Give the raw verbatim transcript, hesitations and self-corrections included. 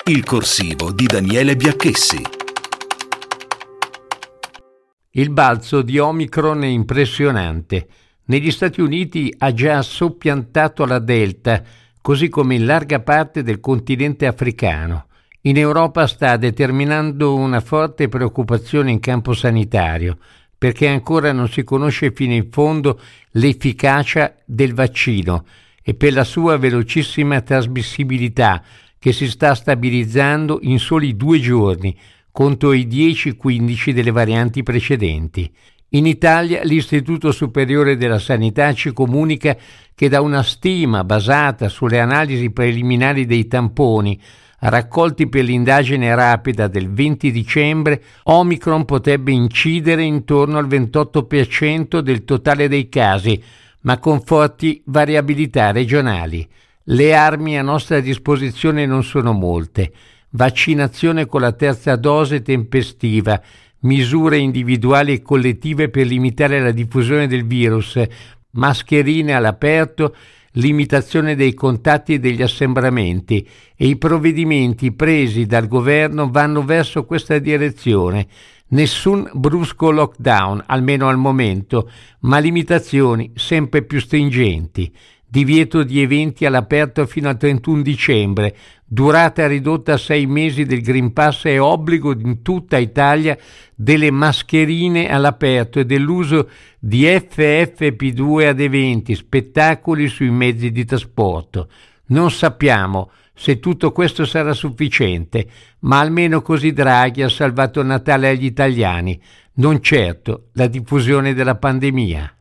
Il corsivo di Daniele Biacchessi. Il balzo di Omicron è impressionante. Negli Stati Uniti ha già soppiantato la Delta, così come in larga parte del continente africano. In Europa sta determinando una forte preoccupazione in campo sanitario, perché ancora non si conosce fino in fondo l'efficacia del vaccino e per la sua velocissima trasmissibilità, che si sta stabilizzando in soli due giorni, contro i dieci quindici delle varianti precedenti. In Italia l'Istituto Superiore della Sanità ci comunica che da una stima basata sulle analisi preliminari dei tamponi raccolti per l'indagine rapida del venti dicembre, Omicron potrebbe incidere intorno al ventotto per cento del totale dei casi, ma con forti variabilità regionali. Le armi a nostra disposizione non sono molte. Vaccinazione con la terza dose tempestiva, misure individuali e collettive per limitare la diffusione del virus, mascherine all'aperto, limitazione dei contatti e degli assembramenti, e i provvedimenti presi dal governo vanno verso questa direzione. Nessun brusco lockdown, almeno al momento, ma limitazioni sempre più stringenti. Divieto di eventi all'aperto fino al trentuno dicembre, durata ridotta a sei mesi del Green Pass e obbligo in tutta Italia delle mascherine all'aperto e dell'uso di F F P due ad eventi, spettacoli sui mezzi di trasporto. Non sappiamo se tutto questo sarà sufficiente, ma almeno così Draghi ha salvato il Natale agli italiani, non certo la diffusione della pandemia.